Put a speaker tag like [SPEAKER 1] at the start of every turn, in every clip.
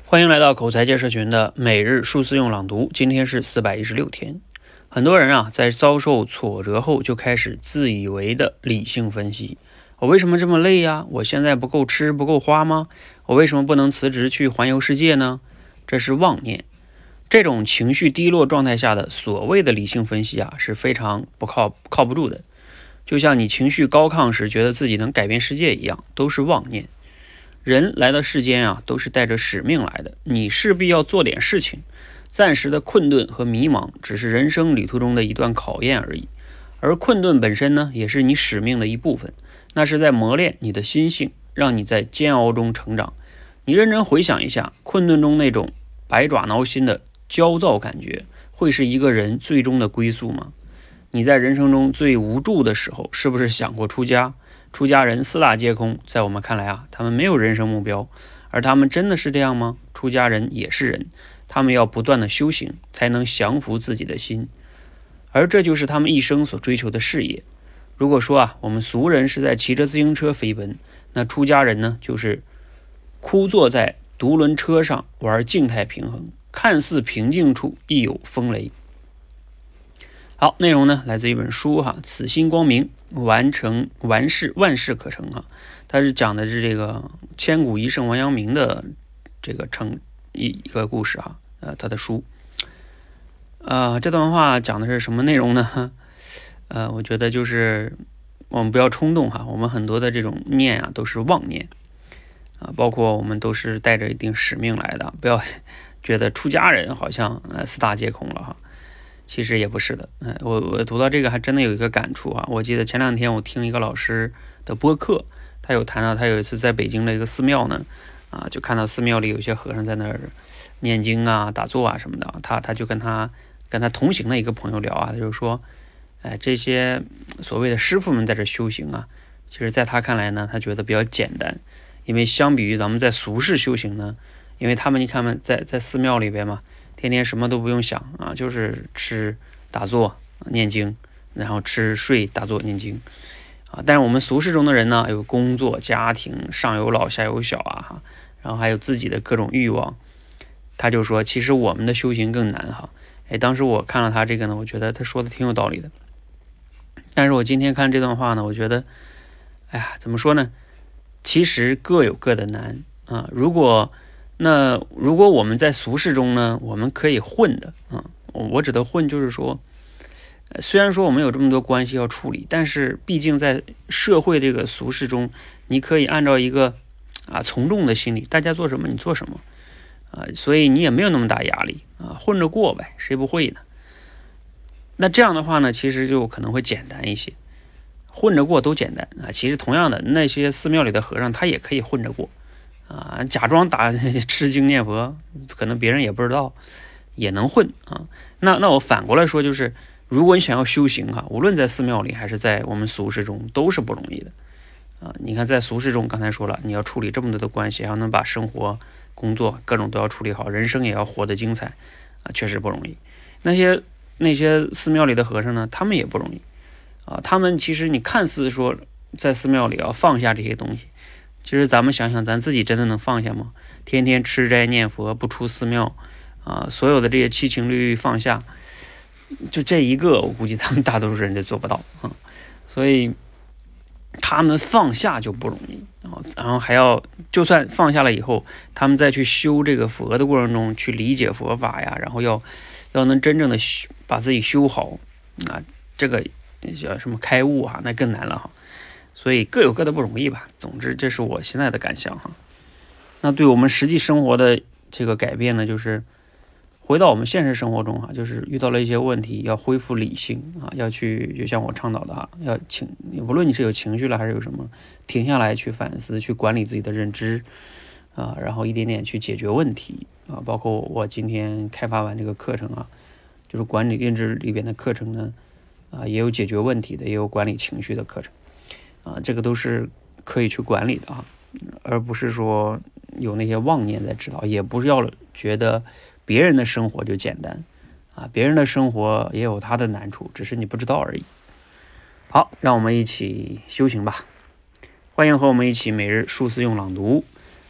[SPEAKER 1] 欢迎来到口才界社群的每日数字用朗读，今天是416天。很多人啊，在遭受挫折后就开始自以为的理性分析，我为什么这么累呀？我现在不够吃不够花吗？我为什么不能辞职去环游世界呢？这是妄念。这种情绪低落状态下的所谓的理性分析啊，是非常靠不住的。就像你情绪高亢时觉得自己能改变世界一样，都是妄念。人来到世间啊，都是带着使命来的，你势必要做点事情。暂时的困顿和迷茫只是人生旅途中的一段考验而已，而困顿本身呢，也是你使命的一部分，那是在磨练你的心性，让你在煎熬中成长。你认真回想一下，困顿中那种百爪挠心的焦躁感觉，会是一个人最终的归宿吗？你在人生中最无助的时候，是不是想过出家？出家人四大皆空，在我们看来啊，他们没有人生目标，而他们真的是这样吗？出家人也是人，他们要不断的修行，才能降服自己的心，而这就是他们一生所追求的事业。如果说啊，我们俗人是在骑着自行车飞奔，那出家人呢，就是枯坐在独轮车上玩静态平衡，看似平静处亦有风雷。好，内容呢来自一本书哈，此心光明，万事可成哈。它是讲的是这个千古一圣王阳明的这个一个故事哈，他的书。这段话讲的是什么内容呢？我觉得就是我们不要冲动哈，我们很多的这种念啊都是妄念啊，包括我们都是带着一定使命来的，不要觉得出家人好像四大皆空了哈。其实也不是的，我读到这个还真的有一个感触啊。我记得前两天我听一个老师的播客，他有谈到他有一次在北京的一个寺庙呢，就看到寺庙里有些和尚在那儿念经啊、打坐啊什么的，他就跟他同行的一个朋友聊啊，他就说，这些所谓的师傅们在这修行啊，其实在他看来呢，他觉得比较简单，因为相比于咱们在俗世修行呢，因为他们你看嘛，在寺庙里边嘛。天天什么都不用想啊，就是吃、打坐、念经，然后吃、睡、打坐、念经啊。但是我们俗世中的人呢，有工作、家庭，上有老下有小啊，然后还有自己的各种欲望。他就说，其实我们的修行更难哈。当时我看了他这个呢，我觉得他说的挺有道理的。但是我今天看这段话呢，我觉得，怎么说呢？其实各有各的难啊。如果我们在俗世中呢，我们可以混的我指的混就是说，虽然说我们有这么多关系要处理，但是毕竟在社会这个俗世中，你可以按照一个从众的心理，大家做什么你做什么所以你也没有那么大压力混着过呗，谁不会呢？那这样的话呢，其实就可能会简单一些，混着过都简单其实同样的，那些寺庙里的和尚他也可以混着过。假装吃经念佛，可能别人也不知道，也能混啊。那我反过来说，就是如果你想要修行无论在寺庙里还是在我们俗世中，都是不容易的你看在俗世中，刚才说了，你要处理这么多的关系，还要能把生活、工作各种都要处理好，人生也要活得精彩确实不容易。那些寺庙里的和尚呢，他们也不容易他们其实你看似说在寺庙里要放下这些东西。其实咱们想想，咱自己真的能放下吗？天天吃斋念佛，不出寺庙所有的这些七情六欲放下，就这一个，我估计咱们大多数人就做不到所以他们放下就不容易然后还要就算放下了以后，他们再去修这个佛的过程中，去理解佛法呀，然后要能真正的把自己修好这个叫什么开悟那更难了所以各有各的不容易吧。总之，这是我现在的感想那对我们实际生活的这个改变呢，就是回到我们现实生活中就是遇到了一些问题，要恢复理性要去，就像我倡导的无论你是有情绪了还是有什么，停下来去反思，去管理自己的认知然后一点点去解决问题包括我今天开发完这个课程就是管理认知里边的课程呢也有解决问题的，也有管理情绪的课程这个都是可以去管理的而不是说有那些妄念在指导，也不是要觉得别人的生活就简单别人的生活也有他的难处，只是你不知道而已。好，让我们一起修行吧。欢迎和我们一起每日数字用朗读，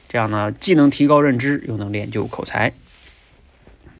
[SPEAKER 1] 这样呢，既能提高认知，又能练就口才。